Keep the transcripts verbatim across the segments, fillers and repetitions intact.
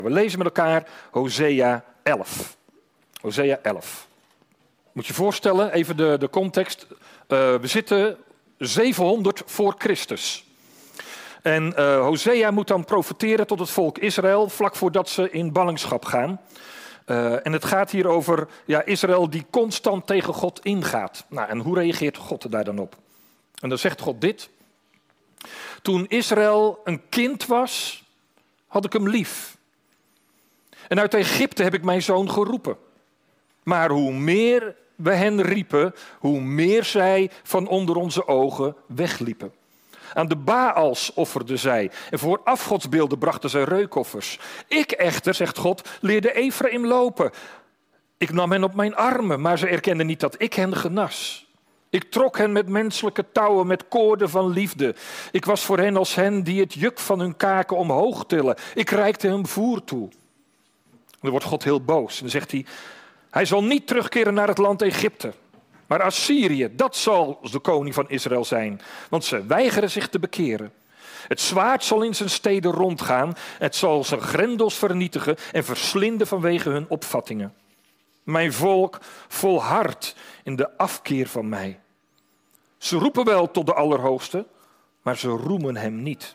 We lezen met elkaar Hosea elf. Hosea elf. Moet je voorstellen, even de, de context. Uh, we zitten zevenhonderd voor Christus. En uh, Hosea moet dan profeteren tot het volk Israël, vlak voordat ze in ballingschap gaan. Uh, en het gaat hier over ja, Israël die constant tegen God ingaat. Nou, en hoe reageert God daar dan op? En dan zegt God dit. Toen Israël een kind was, had ik hem lief. En uit Egypte heb ik mijn zoon geroepen. Maar hoe meer we hen riepen, hoe meer zij van onder onze ogen wegliepen. Aan de Baals offerden zij en voor afgodsbeelden brachten zij reukoffers. Ik echter, zegt God, leerde Efraïm lopen. Ik nam hen op mijn armen, maar ze erkenden niet dat ik hen genas. Ik trok hen met menselijke touwen, met koorden van liefde. Ik was voor hen als hen die het juk van hun kaken omhoog tillen. Ik reikte hun voer toe. Dan wordt God heel boos en dan zegt hij, hij zal niet terugkeren naar het land Egypte. Maar Assyrië, dat zal de koning van Israël zijn, want ze weigeren zich te bekeren. Het zwaard zal in zijn steden rondgaan, het zal zijn grendels vernietigen en verslinden vanwege hun opvattingen. Mijn volk volhardt in de afkeer van mij. Ze roepen wel tot de Allerhoogste, maar ze roemen hem niet.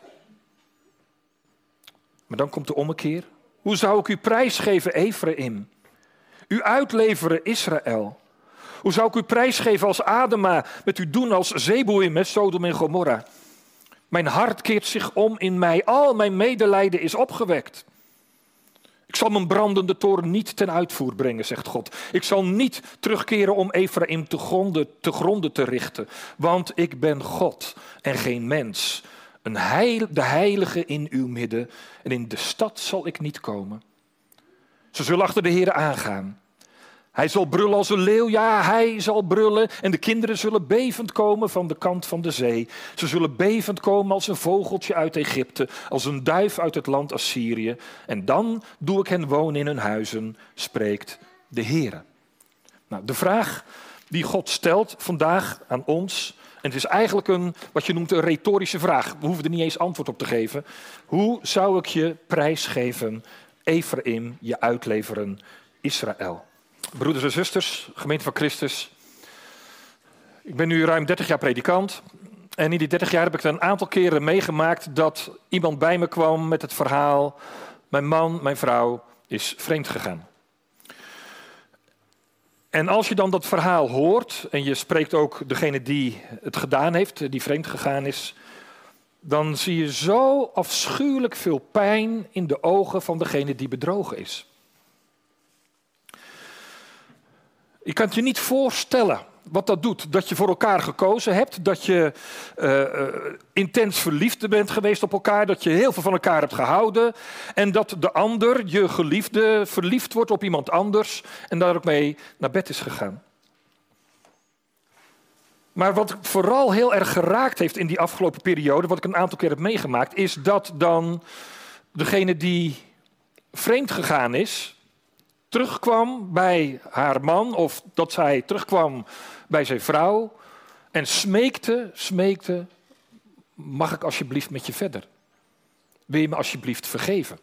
Maar dan komt de ommekeer. Hoe zou ik u prijsgeven, Efraïm? U uitleveren, Israël. Hoe zou ik u prijsgeven als Adema, met u doen als Zeboïm met Sodom en Gomorra? Mijn hart keert zich om in mij, al mijn medelijden is opgewekt. Ik zal mijn brandende toorn niet ten uitvoer brengen, zegt God. Ik zal niet terugkeren om Efraïm te gronden, te gronden te richten, want ik ben God en geen mens. Een heil, de heilige in uw midden en in de stad zal ik niet komen. Ze zullen achter de Heere aangaan. Hij zal brullen als een leeuw, ja, hij zal brullen. En de kinderen zullen bevend komen van de kant van de zee. Ze zullen bevend komen als een vogeltje uit Egypte, als een duif uit het land Assyrië. En dan doe ik hen wonen in hun huizen, spreekt de Heere. Nou, de vraag die God stelt vandaag aan ons, en het is eigenlijk een, wat je noemt een retorische vraag. We hoeven er niet eens antwoord op te geven. Hoe zou ik je prijsgeven, Efraïm, je uitleveren, Israël? Broeders en zusters, gemeente van Christus. Ik ben nu ruim dertig jaar predikant. En in die dertig jaar heb ik er een aantal keren meegemaakt dat iemand bij me kwam met het verhaal: mijn man, mijn vrouw is vreemd gegaan. En als je dan dat verhaal hoort en je spreekt ook degene die het gedaan heeft, die vreemd gegaan is, dan zie je zo afschuwelijk veel pijn in de ogen van degene die bedrogen is. Je kan het je niet voorstellen wat dat doet. Dat je voor elkaar gekozen hebt. Dat je uh, uh, intens verliefd bent geweest op elkaar. Dat je heel veel van elkaar hebt gehouden. En dat de ander, je geliefde, verliefd wordt op iemand anders. En daar ook mee naar bed is gegaan. Maar wat vooral heel erg geraakt heeft in die afgelopen periode, wat ik een aantal keer heb meegemaakt, is dat dan degene die vreemd gegaan is, terugkwam bij haar man, of dat zij terugkwam bij zijn vrouw en smeekte, smeekte, mag ik alsjeblieft met je verder? Wil je me alsjeblieft vergeven?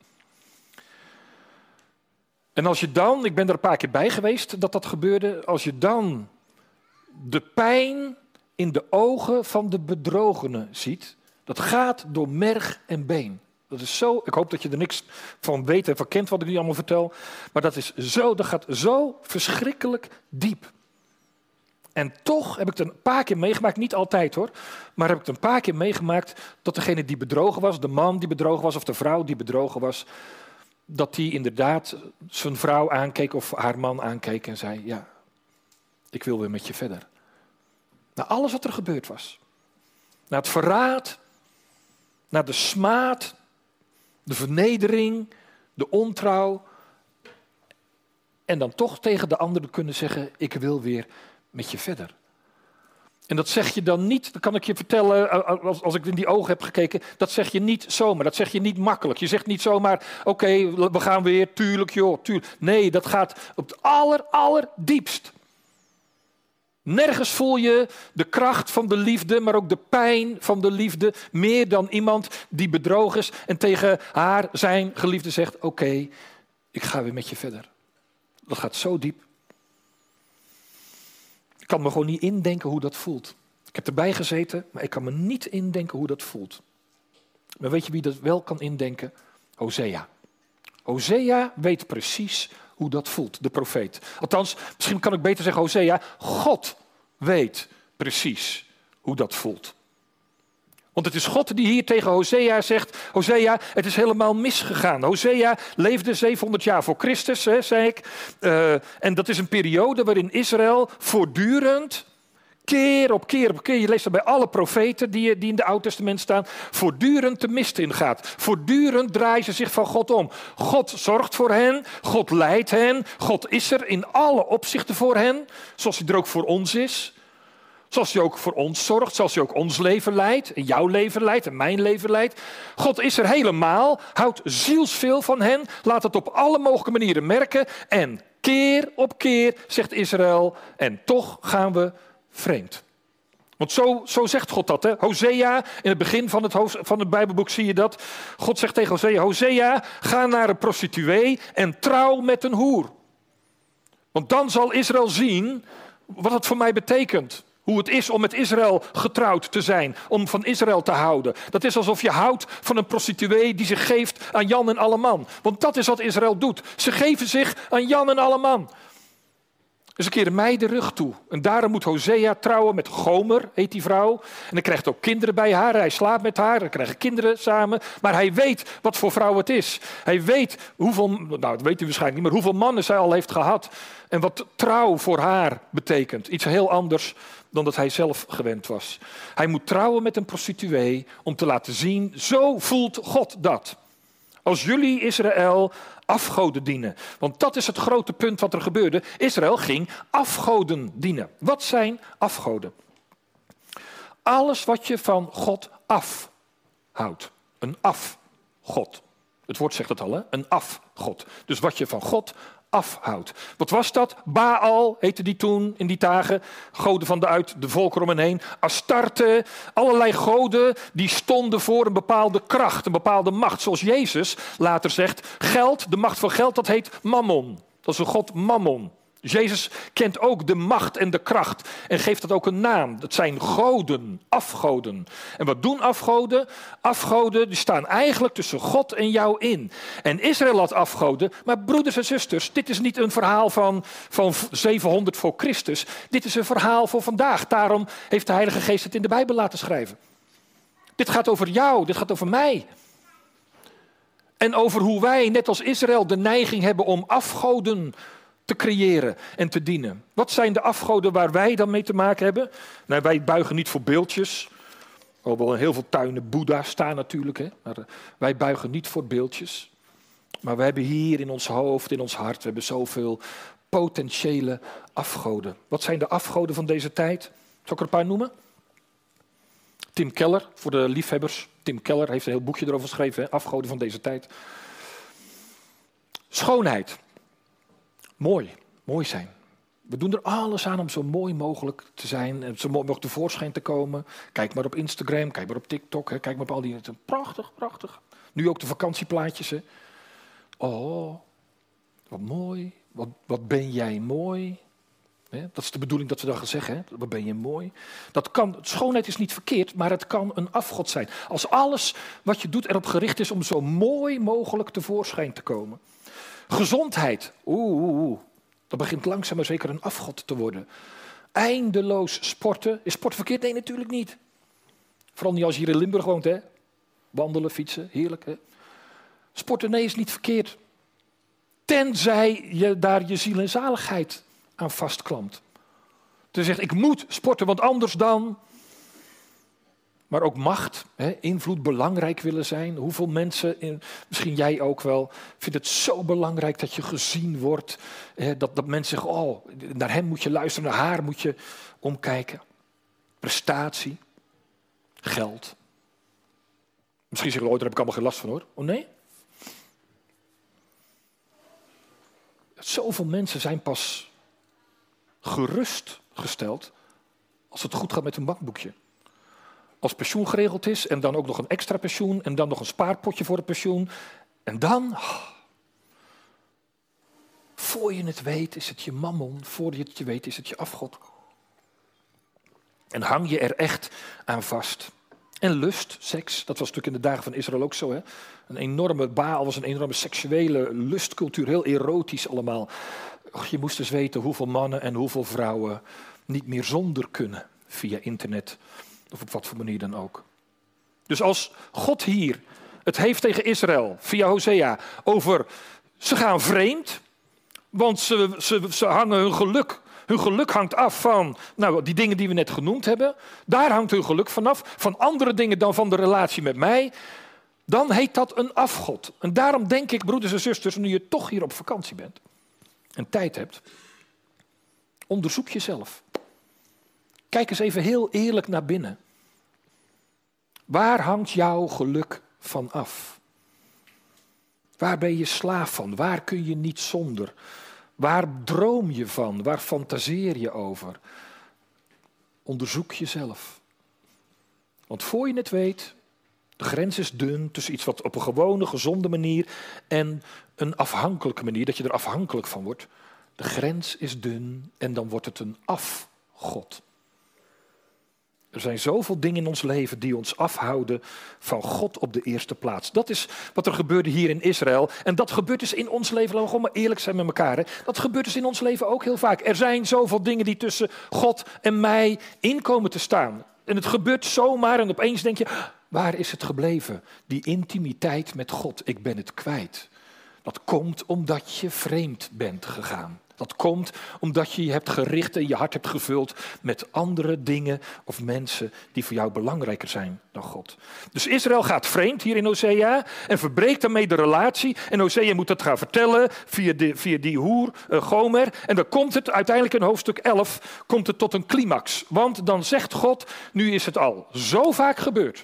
En als je dan, ik ben er een paar keer bij geweest dat dat gebeurde, als je dan de pijn in de ogen van de bedrogene ziet, dat gaat door merg en been. Dat is zo, ik hoop dat je er niks van weet en van kent wat ik nu allemaal vertel. Maar dat is zo, dat gaat zo verschrikkelijk diep. En toch heb ik het een paar keer meegemaakt, niet altijd hoor. Maar heb ik het een paar keer meegemaakt dat degene die bedrogen was, de man die bedrogen was of de vrouw die bedrogen was, dat die inderdaad zijn vrouw aankeek of haar man aankeek en zei, ja, ik wil weer met je verder. Na alles wat er gebeurd was. Na het verraad, na de smaad, de vernedering, de ontrouw. En dan toch tegen de ander kunnen zeggen, ik wil weer met je verder. En dat zeg je dan niet, dat kan ik je vertellen, als, als ik in die ogen heb gekeken, dat zeg je niet zomaar, dat zeg je niet makkelijk. Je zegt niet zomaar, oké, okay, we gaan weer, tuurlijk joh, tuurlijk. Nee, dat gaat op het aller, allerdiepst. Nergens voel je de kracht van de liefde, maar ook de pijn van de liefde. Meer dan iemand die bedrogen is en tegen haar, zijn geliefde zegt, oké, okay, ik ga weer met je verder. Dat gaat zo diep. Ik kan me gewoon niet indenken hoe dat voelt. Ik heb erbij gezeten, maar ik kan me niet indenken hoe dat voelt. Maar weet je wie dat wel kan indenken? Hosea. Hosea weet precies hoe dat voelt, de profeet. Althans, misschien kan ik beter zeggen Hosea, God weet precies hoe dat voelt. Want het is God die hier tegen Hosea zegt, Hosea, het is helemaal misgegaan. Hosea leefde zevenhonderd jaar voor Christus, hè, zei ik. Uh, en dat is een periode waarin Israël voortdurend, keer op keer op keer, je leest dat bij alle profeten die, die in het Oude Testament staan, voortdurend de mist ingaat. Voortdurend draaien ze zich van God om. God zorgt voor hen, God leidt hen, God is er in alle opzichten voor hen, zoals hij er ook voor ons is. Zoals hij ook voor ons zorgt, zoals hij ook ons leven leidt, en jouw leven leidt en mijn leven leidt. God is er helemaal, houdt zielsveel van hen, laat het op alle mogelijke manieren merken. En keer op keer zegt Israël, en toch gaan we vreemd. Want zo, zo zegt God dat. Hè? Hosea, in het begin van het, hoofd, van het Bijbelboek zie je dat. God zegt tegen Hosea, Hosea, ga naar een prostituee en trouw met een hoer. Want dan zal Israël zien wat het voor mij betekent. Hoe het is om met Israël getrouwd te zijn, om van Israël te houden. Dat is alsof je houdt van een prostituee die zich geeft aan Jan en Alleman. Want dat is wat Israël doet. Ze geven zich aan Jan en Alleman. Dus ze keren mij de rug toe. En daarom moet Hosea trouwen met Gomer, heet die vrouw. En hij krijgt ook kinderen bij haar. Hij slaapt met haar. Hij krijgen kinderen samen. Maar hij weet wat voor vrouw het is. Hij weet hoeveel, nou dat weet u waarschijnlijk niet, maar hoeveel mannen zij al heeft gehad. En wat trouw voor haar betekent. Iets heel anders dan dat hij zelf gewend was. Hij moet trouwen met een prostituee om te laten zien, zo voelt God dat. Als jullie Israël afgoden dienen. Want dat is het grote punt wat er gebeurde. Israël ging afgoden dienen. Wat zijn afgoden? Alles wat je van God afhoudt. Een afgod. Het woord zegt het al, hè? Een afgod. Dus wat je van God afhoudt. Wat was dat? Baal heette die toen in die dagen. Goden van de uit de volkeren om hen heen. Astarte, allerlei goden die stonden voor een bepaalde kracht, een bepaalde macht. Zoals Jezus later zegt, geld, de macht van geld, dat heet Mammon. Dat is een god Mammon. Dus Jezus kent ook de macht en de kracht en geeft dat ook een naam. Dat zijn goden, afgoden. En wat doen afgoden? Afgoden die staan eigenlijk tussen God en jou in. En Israël had afgoden, maar broeders en zusters, dit is niet een verhaal van, van zevenhonderd voor Christus. Dit is een verhaal voor vandaag. Daarom heeft de Heilige Geest het in de Bijbel laten schrijven. Dit gaat over jou, dit gaat over mij. En over hoe wij, net als Israël, de neiging hebben om afgoden te creëren en te dienen. Wat zijn de afgoden waar wij dan mee te maken hebben? Nou, wij buigen niet voor beeldjes. Hoewel in heel veel tuinen Boeddha staan natuurlijk. Hè? Maar uh, wij buigen niet voor beeldjes. Maar we hebben hier in ons hoofd, in ons hart, we hebben zoveel potentiële afgoden. Wat zijn de afgoden van deze tijd? Zal ik er een paar noemen? Tim Keller, voor de liefhebbers. Tim Keller heeft een heel boekje erover geschreven. Hè? Afgoden van deze tijd. Schoonheid. Mooi, mooi zijn. We doen er alles aan om zo mooi mogelijk te zijn en zo mooi mogelijk tevoorschijn te komen. Kijk maar op Instagram, kijk maar op TikTok, hè. Kijk maar op al die... Prachtig, prachtig. Nu ook de vakantieplaatjes. Hè. Oh, wat mooi. Wat, wat ben jij mooi. Hè. Dat is de bedoeling dat we dan gaan zeggen. Hè. Wat ben je mooi. Dat kan, schoonheid is niet verkeerd, maar het kan een afgod zijn. Als alles wat je doet erop gericht is om zo mooi mogelijk tevoorschijn te komen. Gezondheid, oeh, oeh, oeh, dat begint langzaam maar zeker een afgod te worden. Eindeloos sporten. Is sport verkeerd? Nee, natuurlijk niet. Vooral niet als je hier in Limburg woont, hè. Wandelen, fietsen, heerlijk, hè. Sporten, nee, is niet verkeerd. Tenzij je daar je ziel en zaligheid aan vastklampt. Dus je zegt, ik moet sporten, want anders dan... Maar ook macht, hè, invloed, belangrijk willen zijn. Hoeveel mensen, in, misschien jij ook wel, vinden het zo belangrijk dat je gezien wordt. Hè, dat, dat mensen zeggen, oh, naar hem moet je luisteren, naar haar moet je omkijken. Prestatie, geld. Misschien zeggen we, oh, daar heb ik allemaal geen last van hoor. Oh nee? Zoveel mensen zijn pas gerustgesteld Als het goed gaat met een bankboekje. Als pensioen geregeld is en dan ook nog een extra pensioen en dan nog een spaarpotje voor het pensioen. En dan, oh, voor je het weet is het je mammon, voor je het je weet is het je afgod. En hang je er echt aan vast. En lust, seks, dat was natuurlijk in de dagen van Israël ook zo. Hè? Een enorme Baal was een enorme seksuele lustcultuur, heel erotisch allemaal. Och, je moest dus weten hoeveel mannen en hoeveel vrouwen niet meer zonder kunnen via internet of op wat voor manier dan ook. Dus als God hier het heeft tegen Israël via Hosea over ze gaan vreemd, want ze, ze, ze hangen hun geluk. Hun geluk hangt af van nou, die dingen die we net genoemd hebben. Daar hangt hun geluk vanaf. Van andere dingen dan van de relatie met mij. Dan heet dat een afgod. En daarom denk ik, broeders en zusters, nu je toch hier op vakantie bent en tijd hebt, onderzoek jezelf. Kijk eens even heel eerlijk naar binnen. Waar hangt jouw geluk van af? Waar ben je slaaf van? Waar kun je niet zonder? Waar droom je van? Waar fantaseer je over? Onderzoek jezelf. Want voor je het weet, de grens is dun tussen iets wat op een gewone, gezonde manier en een afhankelijke manier, dat je er afhankelijk van wordt. De grens is dun en dan wordt het een afgod. Er zijn zoveel dingen in ons leven die ons afhouden van God op de eerste plaats. Dat is wat er gebeurde hier in Israël. En dat gebeurt dus in ons leven, laten we gewoon maar eerlijk zijn met elkaar. Hè. Dat gebeurt dus in ons leven ook heel vaak. Er zijn zoveel dingen die tussen God en mij in komen te staan. En het gebeurt zomaar en opeens denk je, waar is het gebleven? Die intimiteit met God, ik ben het kwijt. Dat komt omdat je vreemd bent gegaan. Dat komt omdat je je hebt gericht en je hart hebt gevuld met andere dingen of mensen die voor jou belangrijker zijn dan God. Dus Israël gaat vreemd hier in Hosea en verbreekt daarmee de relatie. En Hosea moet dat gaan vertellen via, de, via die hoer, uh, Gomer. En dan komt het uiteindelijk in hoofdstuk elf komt het tot een climax. Want dan zegt God, nu is het al zo vaak gebeurd.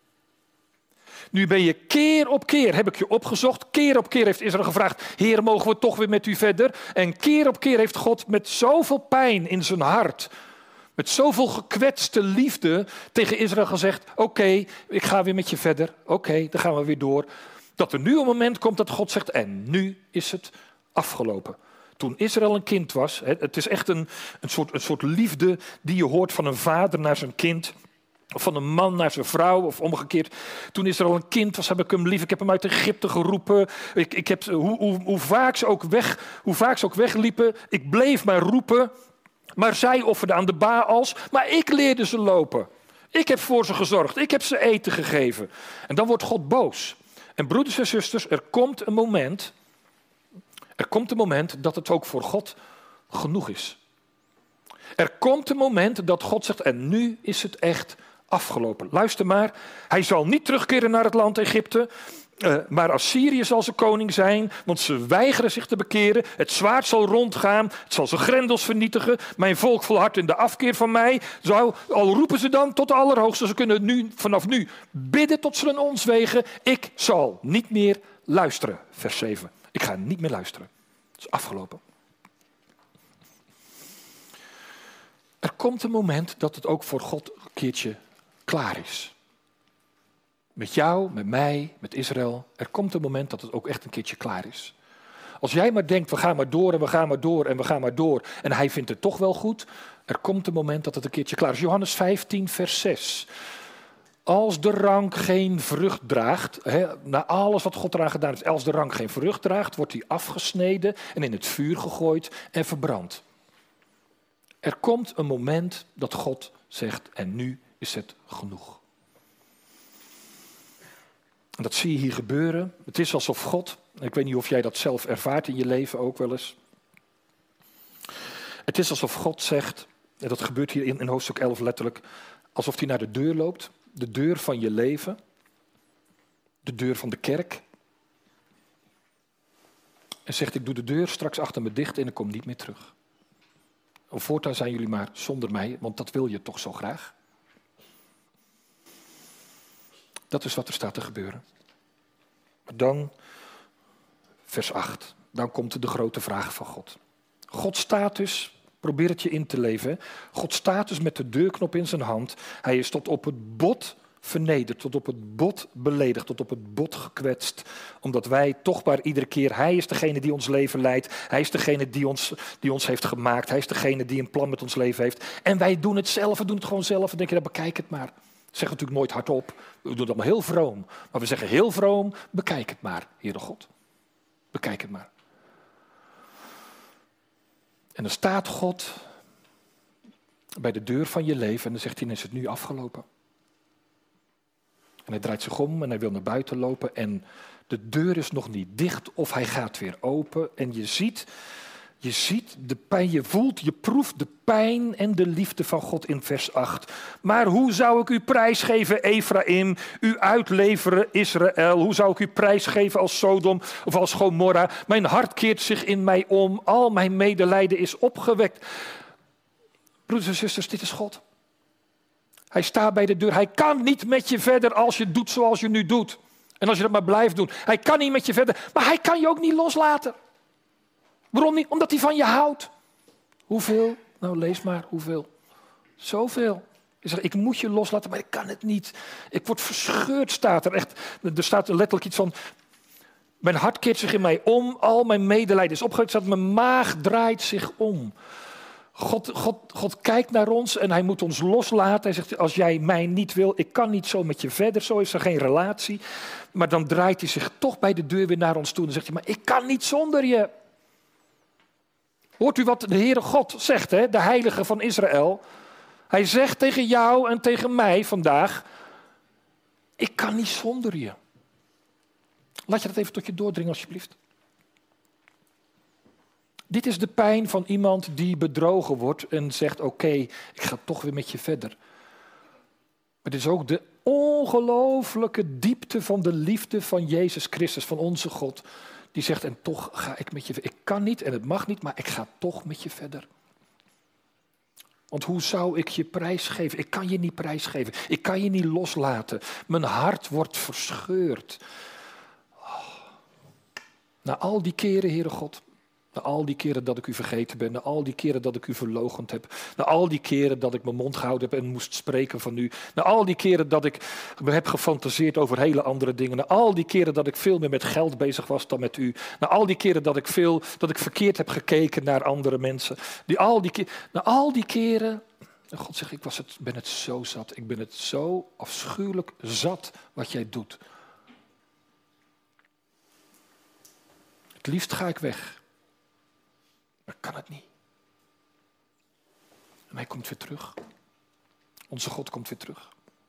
Nu ben je keer op keer, heb ik je opgezocht, keer op keer heeft Israël gevraagd, Heer, mogen we toch weer met u verder? En keer op keer heeft God met zoveel pijn in zijn hart, met zoveel gekwetste liefde tegen Israël gezegd, oké, okay, ik ga weer met je verder, oké, okay, dan gaan we weer door. Dat er nu een moment komt dat God zegt, en nu is het afgelopen. Toen Israël een kind was, het is echt een, een, soort, een soort liefde die je hoort van een vader naar zijn kind. Of van een man naar zijn vrouw, of omgekeerd. Toen Israël een kind was, heb ik hem lief. Ik heb hem uit Egypte geroepen. Ik, ik heb, hoe, hoe, hoe, vaak ze ook weg, hoe vaak ze ook wegliepen, ik bleef maar roepen. Maar zij offerden aan de Baals, maar ik leerde ze lopen. Ik heb voor ze gezorgd, ik heb ze eten gegeven. En dan wordt God boos. En broeders en zusters, er komt een moment, er komt een moment dat het ook voor God genoeg is. Er komt een moment dat God zegt, en nu is het echt afgelopen. Luister maar, hij zal niet terugkeren naar het land Egypte, uh, maar Assyrië zal zijn koning zijn, want ze weigeren zich te bekeren. Het zwaard zal rondgaan, het zal zijn grendels vernietigen. Mijn volk volhardt in de afkeer van mij. Zou, al roepen ze dan tot de Allerhoogste, ze kunnen nu, vanaf nu bidden tot ze een ons wegen. Ik zal niet meer luisteren, vers zeven. Ik ga niet meer luisteren. Het is afgelopen. Er komt een moment dat het ook voor God een keertje klaar is. Met jou, met mij, met Israël. Er komt een moment dat het ook echt een keertje klaar is. Als jij maar denkt, we gaan maar door en we gaan maar door en we gaan maar door. En hij vindt het toch wel goed. Er komt een moment dat het een keertje klaar is. Johannes vijftien, vers zes. Als de rank geen vrucht draagt, hè, na alles wat God eraan gedaan heeft. Als de rank geen vrucht draagt, wordt hij afgesneden en in het vuur gegooid en verbrand. Er komt een moment dat God zegt, en nu is het genoeg. En dat zie je hier gebeuren. Het is alsof God, ik weet niet of jij dat zelf ervaart in je leven ook wel eens. Het is alsof God zegt, en dat gebeurt hier in, in hoofdstuk elf letterlijk, alsof hij naar de deur loopt. De deur van je leven. De deur van de kerk. En zegt, ik doe de deur straks achter me dicht en ik kom niet meer terug. Voortaan zijn jullie maar zonder mij, want dat wil je toch zo graag. Dat is wat er staat te gebeuren. Maar dan, vers acht, dan komt de grote vraag van God. God staat dus Probeer het je in te leven. Hè? God staat dus met de deurknop in zijn hand. Hij is tot op het bot vernederd, tot op het bot beledigd, tot op het bot gekwetst. Omdat wij toch maar iedere keer, hij is degene die ons leven leidt. Hij is degene die ons, die ons heeft gemaakt. Hij is degene die een plan met ons leven heeft. En wij doen het zelf, we doen het gewoon zelf. En denken, ja, bekijk het maar. We zeggen natuurlijk nooit hardop. We doen het allemaal heel vroom. Maar we zeggen heel vroom, bekijk het maar, Heere God. Bekijk het maar. En dan staat God bij de deur van je leven en dan zegt hij, is het nu afgelopen? En hij draait zich om en hij wil naar buiten lopen en de deur is nog niet dicht of hij gaat weer open. En je ziet, je ziet de pijn, je voelt, je proeft de pijn en de liefde van God in vers acht. Maar hoe zou ik u prijsgeven, Ephraim, u uitleveren, Israël? Hoe zou ik u prijsgeven als Sodom of als Gomorra? Mijn hart keert zich in mij om, al mijn medelijden is opgewekt. Broeders en zusters, dit is God. Hij staat bij de deur. Hij kan niet met je verder als je doet zoals je nu doet. En als je dat maar blijft doen. Hij kan niet met je verder, maar hij kan je ook niet loslaten. Waarom niet? Omdat hij van je houdt. Hoeveel? Nou, lees maar. Hoeveel? Zoveel. Je zegt, ik moet je loslaten, maar ik kan het niet. Ik word verscheurd, staat er echt. Er staat letterlijk iets van, mijn hart keert zich in mij om, al mijn medelijden is opgewekt, staat, mijn maag draait zich om. God, God, God kijkt naar ons en hij moet ons loslaten. Hij zegt, als jij mij niet wil, ik kan niet zo met je verder, zo is er geen relatie. Maar dan draait hij zich toch bij de deur weer naar ons toe en zegt hij, maar ik kan niet zonder je. Hoort u wat de Heere God zegt, hè? De heilige van Israël. Hij zegt tegen jou en tegen mij vandaag, ik kan niet zonder je. Laat je dat even tot je doordringen alsjeblieft. Dit is de pijn van iemand die bedrogen wordt en zegt, oké, okay, ik ga toch weer met je verder. Maar dit is ook de ongelooflijke diepte van de liefde van Jezus Christus, van onze God. Die zegt, en toch ga ik met je verder. Ik kan niet en het mag niet, maar ik ga toch met je verder. Want hoe zou ik je prijsgeven? Ik kan je niet prijsgeven. Ik kan je niet loslaten. Mijn hart wordt verscheurd. Oh. Na al die keren, Heere God. Na al die keren dat ik u vergeten ben, na al die keren dat ik u verloochend heb, na al die keren dat ik mijn mond gehouden heb en moest spreken van u, na al die keren dat ik me heb gefantaseerd over hele andere dingen, na al die keren dat ik veel meer met geld bezig was dan met u, na al die keren dat ik veel, dat ik verkeerd heb gekeken naar andere mensen, die al die keren, na al die keren, en God zegt, ik was het, ben het zo zat, ik ben het zo afschuwelijk zat wat jij doet. Het liefst ga ik weg. Maar kan het niet. En hij komt weer terug. Onze God komt weer terug.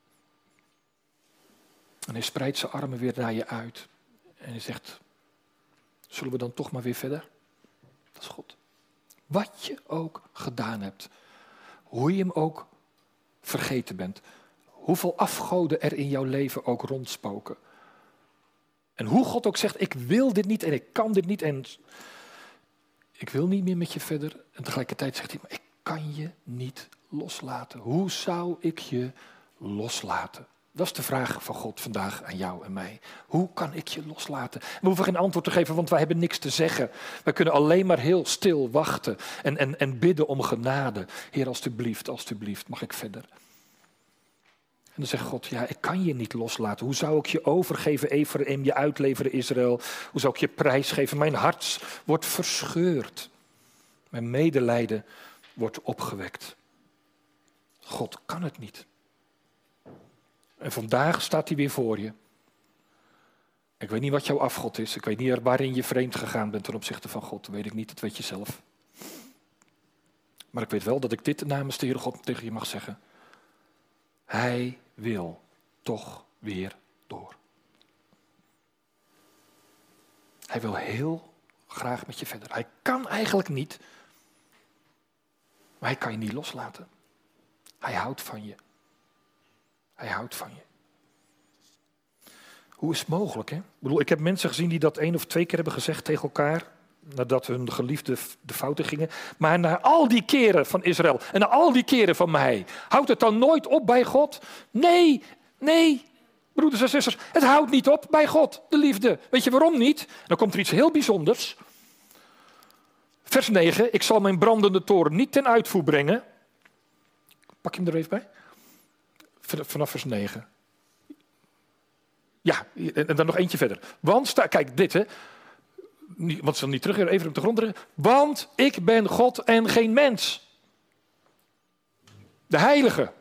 En hij spreidt zijn armen weer naar je uit. En hij zegt, zullen we dan toch maar weer verder? Dat is God. Wat je ook gedaan hebt. Hoe je hem ook vergeten bent. Hoeveel afgoden er in jouw leven ook rondspoken. En hoe God ook zegt, ik wil dit niet en ik kan dit niet en ik wil niet meer met je verder. En tegelijkertijd zegt hij, maar ik kan je niet loslaten. Hoe zou ik je loslaten? Dat is de vraag van God vandaag aan jou en mij. Hoe kan ik je loslaten? We hoeven geen antwoord te geven, want wij hebben niks te zeggen. Wij kunnen alleen maar heel stil wachten en, en, en bidden om genade. Heer, alstublieft, alstublieft, mag ik verder? En dan zegt God, ja, ik kan je niet loslaten. Hoe zou ik je overgeven, Ephraim, je uitleveren, Israël? Hoe zou ik je prijsgeven? Mijn hart wordt verscheurd. Mijn medelijden wordt opgewekt. God kan het niet. En vandaag staat hij weer voor je. Ik weet niet wat jouw afgod is. Ik weet niet waarin je vreemd gegaan bent ten opzichte van God. Dat weet ik niet, dat weet je zelf. Maar ik weet wel dat ik dit namens de Heere God tegen je mag zeggen. Hij wil toch weer door. Hij wil heel graag met je verder. Hij kan eigenlijk niet, maar hij kan je niet loslaten. Hij houdt van je. Hij houdt van je. Hoe is het mogelijk, hè? Ik bedoel, ik heb mensen gezien die dat één of twee keer hebben gezegd tegen elkaar, nadat hun geliefde de fouten gingen. Maar na al die keren van Israël en na al die keren van mij, houdt het dan nooit op bij God? Nee, nee, broeders en zusters, het houdt niet op bij God, de liefde. Weet je waarom niet? Dan komt er iets heel bijzonders. Vers negen, ik zal mijn brandende toorn niet ten uitvoer brengen. Pak je hem er even bij? Vanaf vers negen. Ja, en dan nog eentje verder. Want, sta, kijk dit hè. Want ze dan niet terug, even op de grond drukken. Want ik ben God en geen mens. De heilige.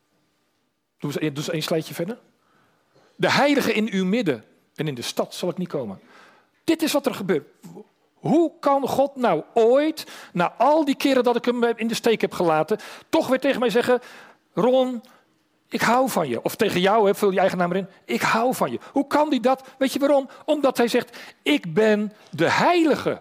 Doe eens, doe eens één slijtje verder. De heilige in uw midden. En in de stad zal ik niet komen. Dit is wat er gebeurt. Hoe kan God nou ooit, na al die keren dat ik hem in de steek heb gelaten, toch weer tegen mij zeggen, Ron, ik hou van je. Of tegen jou, hè, vul je eigen naam erin. Ik hou van je. Hoe kan die dat? Weet je waarom? Omdat hij zegt, ik ben de heilige.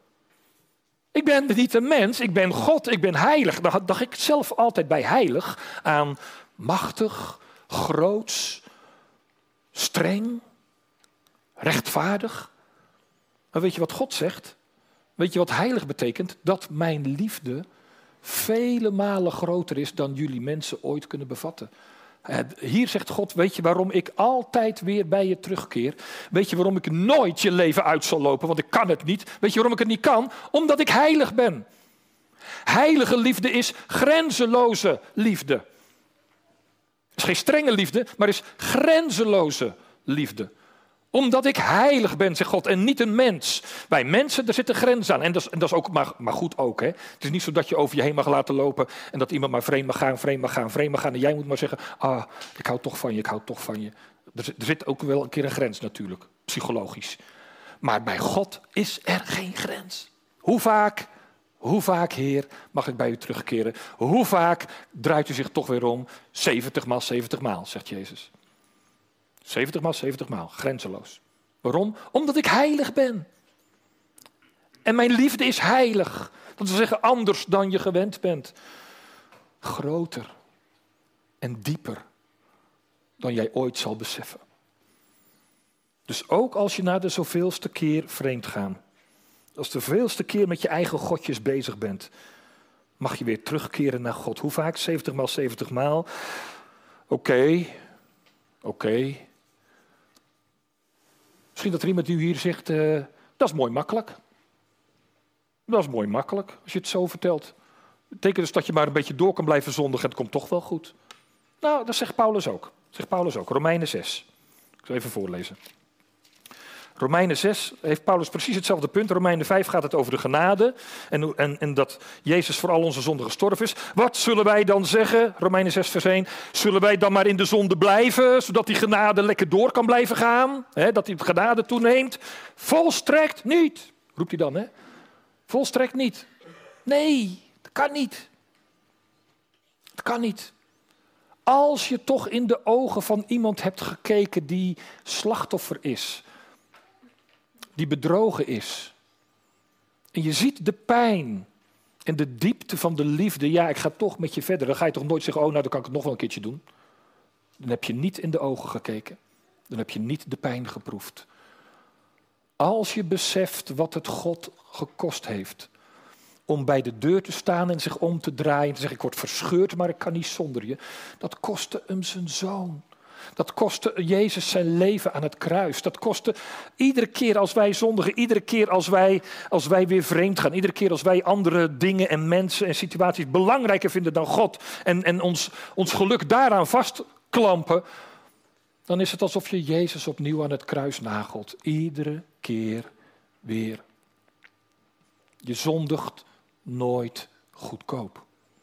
Ik ben niet een mens, ik ben God, ik ben heilig. Dan dacht ik zelf altijd bij heilig aan machtig, groots, streng, rechtvaardig. Maar weet je wat God zegt? Weet je wat heilig betekent? Dat mijn liefde vele malen groter is dan jullie mensen ooit kunnen bevatten. Hier zegt God, weet je waarom ik altijd weer bij je terugkeer? Weet je waarom ik nooit je leven uit zal lopen? Want ik kan het niet. Weet je waarom ik het niet kan? Omdat ik heilig ben. Heilige liefde is grenzeloze liefde. Het is geen strenge liefde, maar is grenzeloze liefde. Omdat ik heilig ben, zegt God, en niet een mens. Bij mensen, daar zitten grenzen aan. En dat is, en dat is ook maar, maar goed ook. Hè? Het is niet zo dat je over je heen mag laten lopen en dat iemand maar vreemd mag gaan, vreemd mag gaan, vreemd mag gaan. En jij moet maar zeggen, ah, ik hou toch van je, ik hou toch van je. Er, er zit ook wel een keer een grens natuurlijk, psychologisch. Maar bij God is er geen grens. Hoe vaak, hoe vaak, Heer, mag ik bij u terugkeren? Hoe vaak draait u zich toch weer om? zeventig maal zeventig maal, zegt Jezus. zeventig maal zeventig maal, grenzeloos. Waarom? Omdat ik heilig ben. En mijn liefde is heilig. Dat wil zeggen anders dan je gewend bent. Groter en dieper dan jij ooit zal beseffen. Dus ook als je na de zoveelste keer vreemd gaat, als de zoveelste keer met je eigen godjes bezig bent, mag je weer terugkeren naar God. Hoe vaak? zeventig maal zeventig maal. Oké, okay. oké. Okay. Misschien dat er iemand nu hier zegt, uh, dat is mooi makkelijk. Dat is mooi makkelijk, als je het zo vertelt. Dat betekent dus dat je maar een beetje door kan blijven zondigen en het komt toch wel goed. Nou, dat zegt Paulus ook. Dat zegt Paulus ook, Romeinen zes. Ik zal even voorlezen. Romeinen zes heeft Paulus precies hetzelfde punt. Romeinen vijf gaat het over de genade en, en, en dat Jezus voor al onze zonden gestorven is. Wat zullen wij dan zeggen? Romeinen zes vers één. Zullen wij dan maar in de zonde blijven, zodat die genade lekker door kan blijven gaan? He, dat die genade toeneemt? Volstrekt niet, roept hij dan. Hè? Volstrekt niet. Nee, dat kan niet. Dat kan niet. Als je toch in de ogen van iemand hebt gekeken die slachtoffer is, die bedrogen is. En je ziet de pijn en de diepte van de liefde. Ja, ik ga toch met je verder. Dan ga je toch nooit zeggen, oh nou, dan kan ik het nog wel een keertje doen. Dan heb je niet in de ogen gekeken. Dan heb je niet de pijn geproefd. Als je beseft wat het God gekost heeft om bij de deur te staan en zich om te draaien en te zeggen, ik word verscheurd, maar ik kan niet zonder je. Dat kostte hem zijn zoon. Dat kostte Jezus zijn leven aan het kruis. Dat kostte iedere keer als wij zondigen, iedere keer als wij, als wij weer vreemd gaan, iedere keer als wij andere dingen en mensen en situaties belangrijker vinden dan God en, en ons, ons geluk daaraan vastklampen, dan is het alsof je Jezus opnieuw aan het kruis nagelt. Iedere keer weer. Je zondigt nooit goedkoop.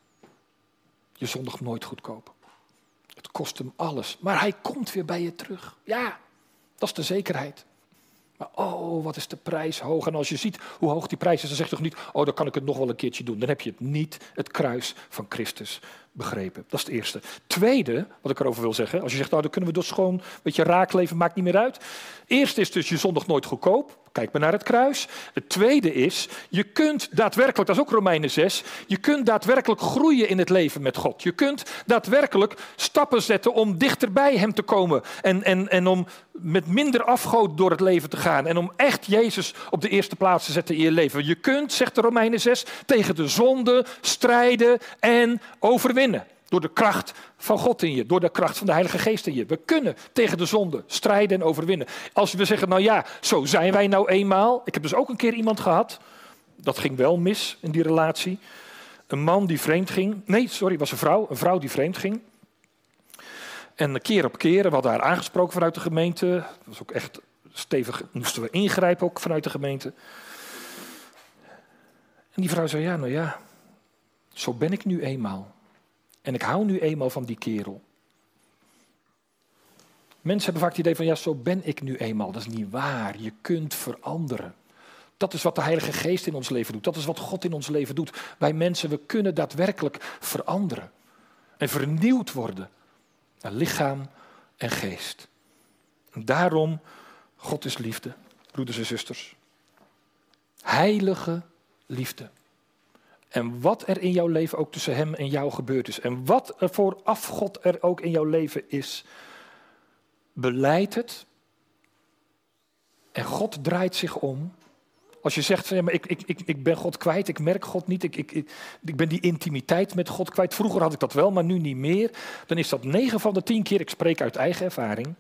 Je zondigt nooit goedkoop. Het kost hem alles, maar hij komt weer bij je terug. Ja, dat is de zekerheid. Maar oh, wat is de prijs hoog. En als je ziet hoe hoog die prijs is, dan zeg je toch niet, oh, dan kan ik het nog wel een keertje doen. Dan heb je het niet, het kruis van Christus, begrepen. Dat is het eerste. Tweede, wat ik erover wil zeggen, als je zegt, nou, dan kunnen we dus gewoon een beetje raak leven, maakt niet meer uit. Eerste is dus, je zondigt nooit goedkoop. Kijk maar naar het kruis. Het tweede is, je kunt daadwerkelijk, dat is ook Romeinen zes, je kunt daadwerkelijk groeien in het leven met God. Je kunt daadwerkelijk stappen zetten om dichter bij hem te komen. En, en, en om met minder afgoot door het leven te gaan. En om echt Jezus op de eerste plaats te zetten in je leven. Je kunt, zegt de Romeinen zes, tegen de zonde strijden en overwinnen. Door de kracht van God in je, door de kracht van de Heilige Geest in je. We kunnen tegen de zonde strijden en overwinnen. Als we zeggen, nou ja, zo zijn wij nou eenmaal. Ik heb dus ook een keer iemand gehad, Dat ging wel mis in die relatie. Een man die vreemd ging. Nee, sorry, het was een vrouw. Een vrouw die vreemd ging. En keer op keer, we hadden haar aangesproken vanuit de gemeente. Dat was ook echt stevig, moesten we ingrijpen ook vanuit de gemeente. En die vrouw zei, ja, nou ja, zo ben ik nu eenmaal. En ik hou nu eenmaal van die kerel. Mensen hebben vaak het idee van, ja, zo ben ik nu eenmaal. Dat is niet waar. Je kunt veranderen. Dat is wat de Heilige Geest in ons leven doet. Dat is wat God in ons leven doet. Wij mensen, we kunnen daadwerkelijk veranderen. En vernieuwd worden. Naar lichaam en geest. En daarom, God is liefde, broeders en zusters. Heilige liefde. En wat er in jouw leven ook tussen hem en jou gebeurd is. En wat er voor afgod er ook in jouw leven is. Belijd het. En God draait zich om. Als je zegt, van, ja, maar ik, ik, ik, ik ben God kwijt, ik merk God niet. Ik, ik, ik, ik ben die intimiteit met God kwijt. Vroeger had ik dat wel, maar nu niet meer. Dan is dat negen van de tien keer, ik spreek uit eigen ervaring.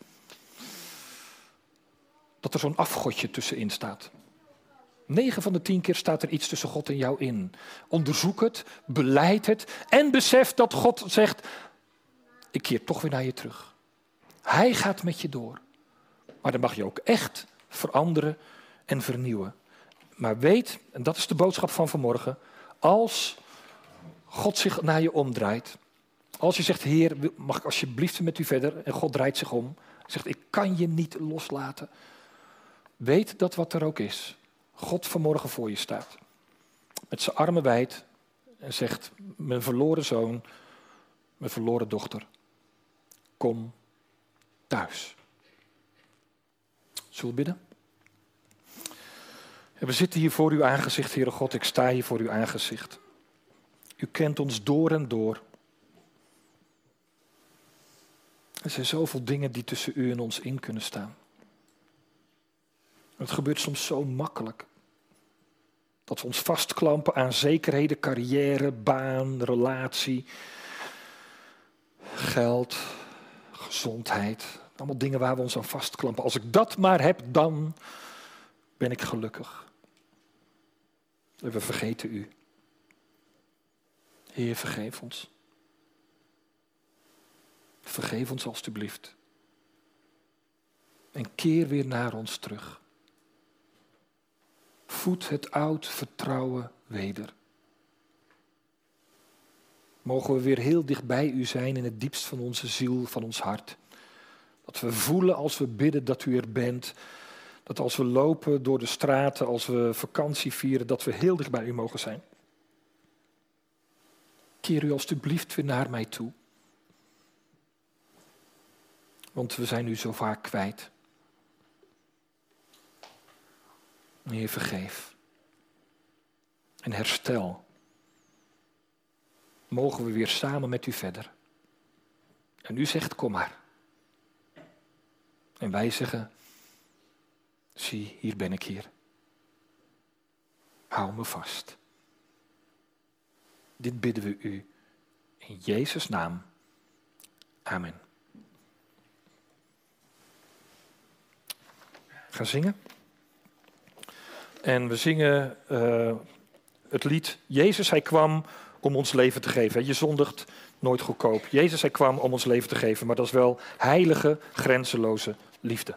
Dat er zo'n afgodje tussenin staat. Negen van de tien keer staat er iets tussen God en jou in. Onderzoek het, belijd het en besef dat God zegt, ik keer toch weer naar je terug. Hij gaat met je door. Maar dan mag je ook echt veranderen en vernieuwen. Maar weet, en dat is de boodschap van vanmorgen, als God zich naar je omdraait, als je zegt, Heer, mag ik alsjeblieft met u verder? En God draait zich om, zegt, ik kan je niet loslaten. Weet dat wat er ook is, God vanmorgen voor je staat. Met zijn armen wijd en zegt, mijn verloren zoon, mijn verloren dochter, kom thuis. Zullen we bidden? En we zitten hier voor uw aangezicht, Heere God, ik sta hier voor uw aangezicht. U kent ons door en door. Er zijn zoveel dingen die tussen u en ons in kunnen staan. Het gebeurt soms zo makkelijk. Dat we ons vastklampen aan zekerheden, carrière, baan, relatie, geld, gezondheid. Allemaal dingen waar we ons aan vastklampen. Als ik dat maar heb, dan ben ik gelukkig. En we vergeten u. Heer, vergeef ons. Vergeef ons alstublieft. En keer weer naar ons terug. Voed het oud vertrouwen weder. Mogen we weer heel dicht bij u zijn in het diepst van onze ziel, van ons hart. Dat we voelen als we bidden dat u er bent. Dat als we lopen door de straten, als we vakantie vieren, dat we heel dicht bij u mogen zijn. Keer u alstublieft weer naar mij toe. Want we zijn u zo vaak kwijt. Heer, vergeef. En herstel. Mogen we weer samen met u verder. En u zegt, kom maar. En wij zeggen, zie, hier ben ik hier. Hou me vast. Dit bidden we u in Jezus' naam. Amen. We gaan zingen. En we zingen uh, het lied Jezus, hij kwam om ons leven te geven. Je zondigt nooit goedkoop. Jezus, hij kwam om ons leven te geven. Maar dat is wel heilige, grenzeloze liefde.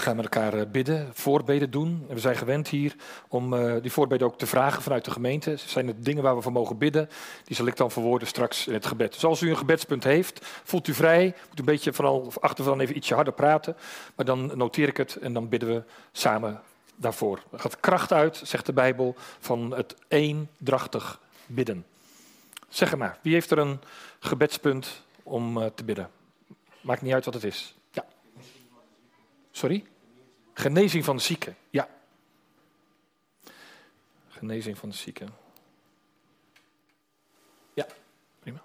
gaan met elkaar bidden, voorbeden doen. En we zijn gewend hier om uh, die voorbeden ook te vragen vanuit de gemeente. Zijn er dingen waar we voor mogen bidden? Die zal ik dan verwoorden straks in het gebed. Dus als u een gebedspunt heeft, voelt u vrij. Moet een beetje vooral achtervan even ietsje harder praten. Maar dan noteer ik het en dan bidden we samen daarvoor. Er gaat kracht uit, zegt de Bijbel, van het eendrachtig bidden. Zeg het maar, wie heeft er een gebedspunt om uh, te bidden? Maakt niet uit wat het is. Ja. Sorry? Genezing van de zieken, ja. Genezing van de zieken. Ja, prima.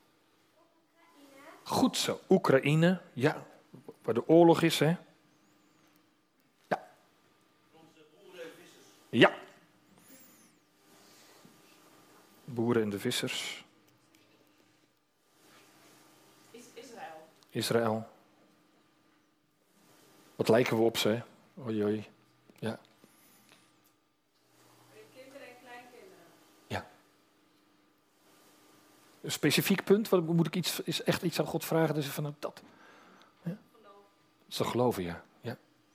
Goed zo, Oekraïne, ja. Waar de oorlog is, hè. Ja. Ja. Boeren en de vissers. Israël. Israël. Wat lijken we op ze, hè? Oei, oei. Ja. Kinderen en kleinkinderen. Ja. Een specifiek punt, wat moet ik iets, is echt iets aan God vragen? Dus van dat. Ja. Dat is toch geloven, ja. Ja.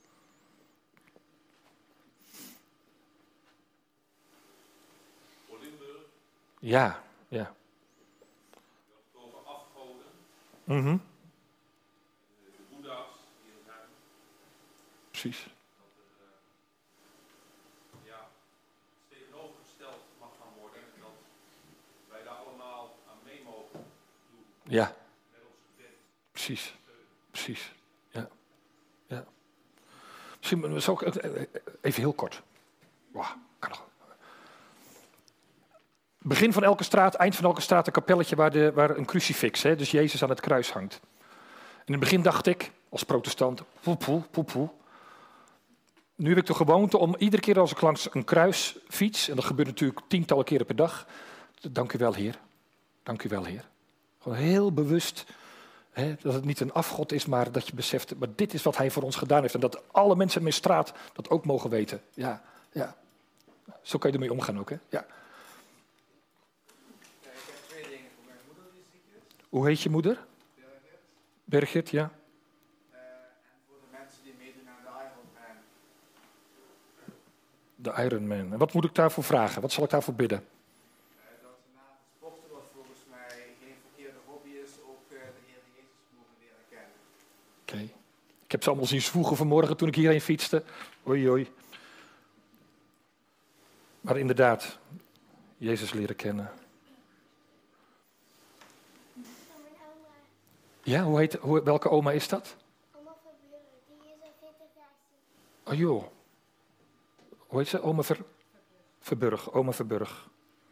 Ja, ja. Over afgoden. Mhm. De boeddha's die er zijn. Precies. Dat er uh, ja, tegenovergesteld mag gaan worden. En dat wij daar allemaal aan mee mogen doen. Ja. Met ons gebed. Precies. Precies. Ja. Ja. Misschien zou ik even heel kort. Wow, kan nog. Begin van elke straat, eind van elke straat een kapelletje waar, de, waar een crucifix, hè, dus Jezus aan het kruis hangt. En in het begin dacht ik, als protestant, poe, poe, poe, poe. Nu heb ik de gewoonte om iedere keer als ik langs een kruis fiets, en dat gebeurt natuurlijk tientallen keren per dag, dank u wel Heer, dank u wel Heer. Gewoon heel bewust, hè, dat het niet een afgod is, maar dat je beseft, maar dit is wat hij voor ons gedaan heeft. En dat alle mensen in mijn straat dat ook mogen weten. Ja, ja. Zo kan je ermee omgaan ook, hè. Ja. Hoe heet je moeder? Birgit. Birgit, ja. Uh, en voor de mensen die meedoen aan de Ironman. De Ironman. En wat moet ik daarvoor vragen? Wat zal ik daarvoor bidden? Uh, dat ze na het sporten, wat volgens mij geen verkeerde hobby is, ook uh, de Heer Jezus mogen leren kennen. Oké. Okay. Ik heb ze allemaal zien zwoegen vanmorgen toen ik hierheen fietste. Oei, oei. Maar inderdaad, Jezus leren kennen. Ja, hoe heet, hoe, welke oma is dat? Oma Verburg, die is al veertig jaar ziek. Oh joh. Hoe heet ze? Oma Ver... Verburg. Oma Verburg.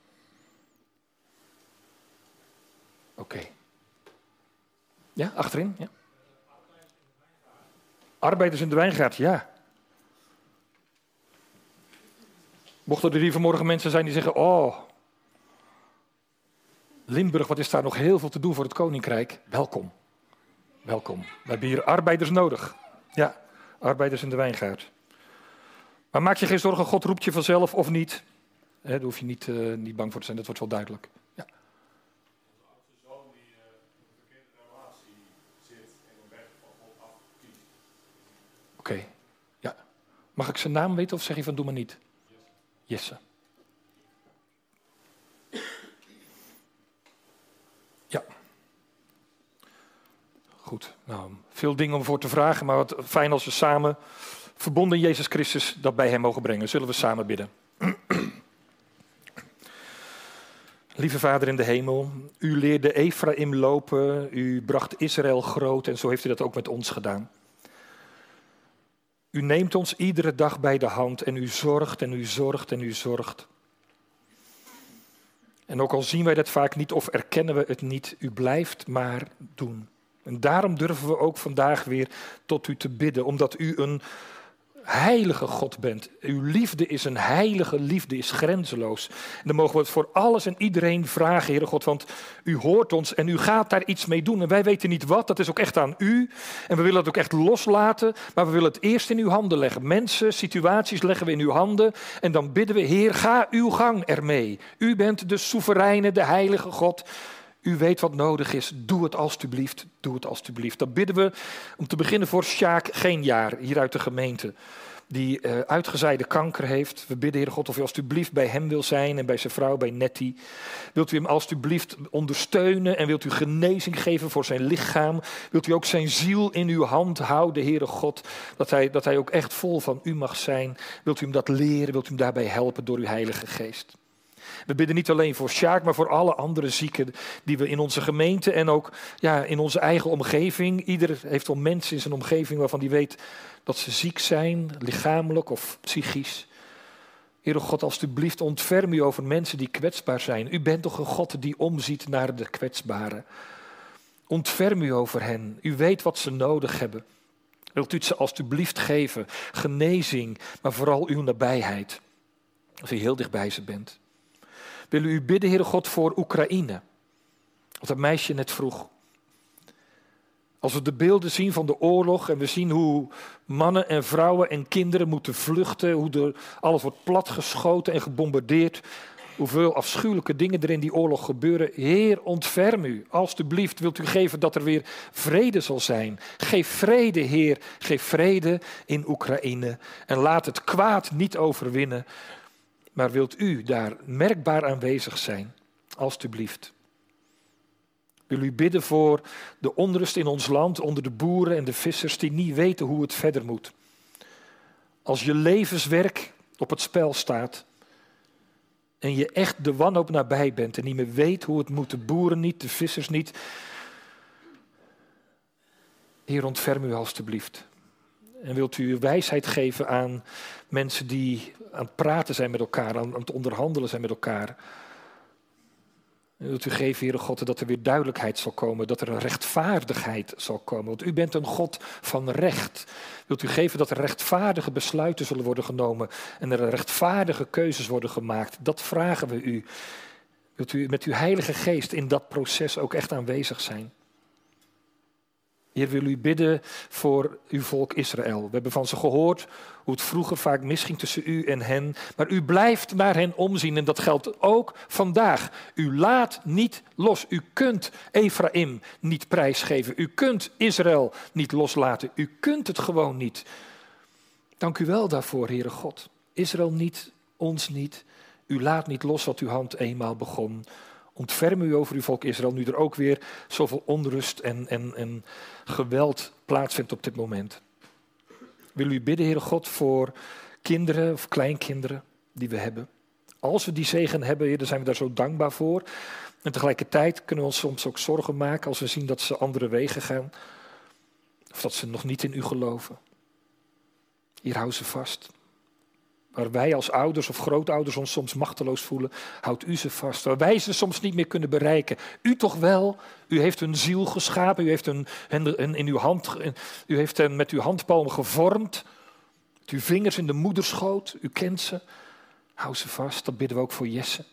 Oké. Okay. Ja, achterin? Ja. Arbeiders in de wijngaard, ja. Mochten er hier vanmorgen mensen zijn die zeggen, oh, Limburg, wat is daar nog heel veel te doen voor het Koninkrijk? Welkom. Welkom. We hebben hier arbeiders nodig. Ja, arbeiders in de wijngaard. Maar maak je geen zorgen, God roept je vanzelf of niet. He, daar hoef je niet, uh, niet bang voor te zijn, dat wordt wel duidelijk. Ja. Onze oudste zoon die uh, in een verkeerde relatie zit en een weg van God afkiest. Oké, okay. Ja. Mag ik zijn naam weten of zeg je van doe maar niet? Jesse. Ja. Goed, nou, veel dingen om voor te vragen, maar wat fijn als we samen, verbonden in Jezus Christus, dat bij hem mogen brengen. Zullen we samen bidden. Lieve Vader in de hemel, u leerde Ephraim lopen, u bracht Israël groot en zo heeft u dat ook met ons gedaan. U neemt ons iedere dag bij de hand en u zorgt en u zorgt en u zorgt. En ook al zien wij dat vaak niet of erkennen we het niet, u blijft maar doen. En daarom durven we ook vandaag weer tot u te bidden, omdat u een heilige God bent. Uw liefde is een heilige liefde, is grenzeloos. En dan mogen we het voor alles en iedereen vragen, Heere God, want u hoort ons en u gaat daar iets mee doen. En wij weten niet wat, dat is ook echt aan u. En we willen het ook echt loslaten, maar we willen het eerst in uw handen leggen. Mensen, situaties leggen we in uw handen en dan bidden we, Heer, ga uw gang ermee. U bent de soevereine, de heilige God. U weet wat nodig is. Doe het alstublieft. Doe het alstublieft. Dan bidden we om te beginnen voor Sjaak geen jaar hier uit de gemeente. Die uh, uitgezaaide kanker heeft. We bidden, Heere God, of u alstublieft bij hem wil zijn en bij zijn vrouw, bij Nettie. Wilt u hem alstublieft ondersteunen en wilt u genezing geven voor zijn lichaam? Wilt u ook zijn ziel in uw hand houden, Heere God, dat hij, dat hij ook echt vol van u mag zijn? Wilt u hem dat leren? Wilt u hem daarbij helpen door uw Heilige Geest? We bidden niet alleen voor Sjaak, maar voor alle andere zieken die we in onze gemeente en ook ja, in onze eigen omgeving. Ieder heeft wel mensen in zijn omgeving waarvan die weet dat ze ziek zijn, lichamelijk of psychisch. Heere God, alstublieft ontferm u over mensen die kwetsbaar zijn. U bent toch een God die omziet naar de kwetsbaren. Ontferm u over hen. U weet wat ze nodig hebben. Wilt u het ze alstublieft geven? Genezing, maar vooral uw nabijheid. Als u heel dicht bij ze bent. Willen u bidden, Heere God, voor Oekraïne? Wat dat meisje net vroeg. Als we de beelden zien van de oorlog en we zien hoe mannen en vrouwen en kinderen moeten vluchten, hoe er alles wordt platgeschoten en gebombardeerd, hoeveel afschuwelijke dingen er in die oorlog gebeuren. Heer, ontferm u. Alstublieft wilt u geven dat er weer vrede zal zijn. Geef vrede, Heer. Geef vrede in Oekraïne. En laat het kwaad niet overwinnen. Maar wilt u daar merkbaar aanwezig zijn? Alstublieft. Wil u bidden voor de onrust in ons land, onder de boeren en de vissers die niet weten hoe het verder moet. Als je levenswerk op het spel staat en je echt de wanhoop nabij bent en niet meer weet hoe het moet, de boeren niet, de vissers niet. Heer, ontferm u alstublieft. En wilt u wijsheid geven aan mensen die aan het praten zijn met elkaar, aan het onderhandelen zijn met elkaar. En wilt u geven, Heere God, dat er weer duidelijkheid zal komen, dat er een rechtvaardigheid zal komen. Want u bent een God van recht. Wilt u geven dat er rechtvaardige besluiten zullen worden genomen en er rechtvaardige keuzes worden gemaakt. Dat vragen we u. Wilt u met uw Heilige Geest in dat proces ook echt aanwezig zijn? Heer, wil u bidden voor uw volk Israël. We hebben van ze gehoord hoe het vroeger vaak misging tussen u en hen. Maar u blijft naar hen omzien en dat geldt ook vandaag. U laat niet los. U kunt Ephraim niet prijsgeven. U kunt Israël niet loslaten. U kunt het gewoon niet. Dank u wel daarvoor, Heere God. Israël niet, ons niet. U laat niet los wat uw hand eenmaal begon. Ontferm u over uw volk Israël, nu er ook weer zoveel onrust en, en, en geweld plaatsvindt op dit moment. Wil u bidden, Heere God, voor kinderen of kleinkinderen die we hebben. Als we die zegen hebben, Heer, dan zijn we daar zo dankbaar voor. En tegelijkertijd kunnen we ons soms ook zorgen maken als we zien dat ze andere wegen gaan. Of dat ze nog niet in u geloven. Hier, hou ze vast. Waar wij als ouders of grootouders ons soms machteloos voelen, houdt u ze vast. Waar wij ze soms niet meer kunnen bereiken. U toch wel. U heeft hun ziel geschapen. U heeft hen, hen in uw hand, u heeft hen met uw handpalm gevormd. Met uw vingers in de moederschoot. U kent ze. Hou ze vast. Dat bidden we ook voor Jesse.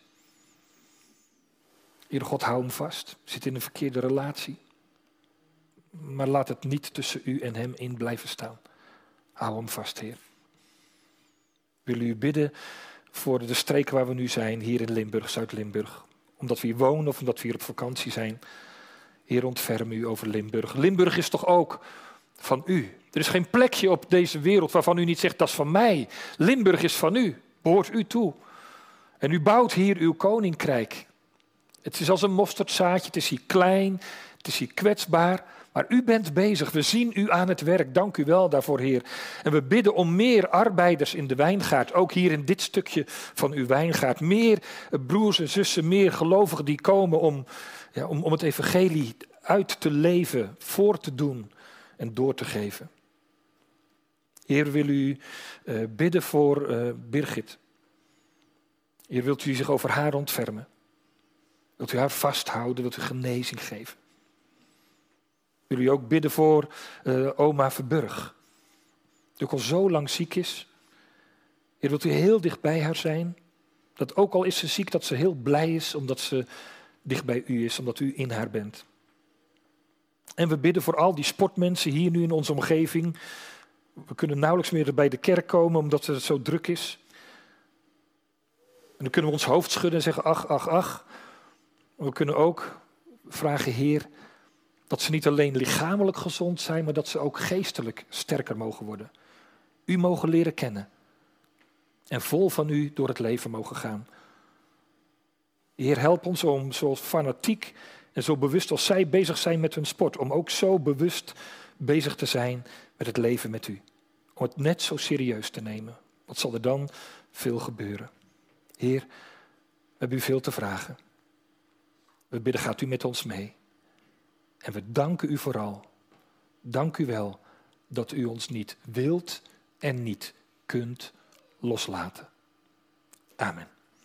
Heere God, hou hem vast. Zit in een verkeerde relatie. Maar laat het niet tussen u en hem in blijven staan. Hou hem vast, Heer. Willen u bidden voor de streken waar we nu zijn, hier in Limburg, Zuid-Limburg. Omdat we hier wonen of omdat we hier op vakantie zijn. Heer, ontferm u over Limburg. Limburg is toch ook van u. Er is geen plekje op deze wereld waarvan u niet zegt, dat is van mij. Limburg is van u, behoort u toe. En u bouwt hier uw koninkrijk. Het is als een mosterdzaadje, het is hier klein, het is hier kwetsbaar. Maar u bent bezig, we zien u aan het werk. Dank u wel daarvoor, Heer. En we bidden om meer arbeiders in de wijngaard. Ook hier in dit stukje van uw wijngaard. Meer broers en zussen, meer gelovigen die komen om, ja, om, om het evangelie uit te leven, voor te doen en door te geven. Heer, wil u uh, bidden voor uh, Birgit. Heer, wilt u zich over haar ontfermen? Wilt u haar vasthouden? Wilt u genezing geven? Wil u ook bidden voor uh, oma Verburg, die ook al zo lang ziek is. Heer, wilt u heel dicht bij haar zijn? Dat ook al is ze ziek, dat ze heel blij is omdat ze dicht bij u is, omdat u in haar bent. En we bidden voor al die sportmensen hier nu in onze omgeving. We kunnen nauwelijks meer bij de kerk komen omdat het zo druk is. En dan kunnen we ons hoofd schudden en zeggen ach, ach, ach. Maar we kunnen ook vragen, Heer, dat ze niet alleen lichamelijk gezond zijn, maar dat ze ook geestelijk sterker mogen worden. U mogen leren kennen. En vol van u door het leven mogen gaan. Heer, help ons om zo fanatiek en zo bewust als zij bezig zijn met hun sport, om ook zo bewust bezig te zijn met het leven met u. Om het net zo serieus te nemen. Wat zal er dan veel gebeuren? Heer, we hebben u veel te vragen. We bidden, gaat u met ons mee. En we danken u vooral. Dank u wel dat u ons niet wilt en niet kunt loslaten. Amen.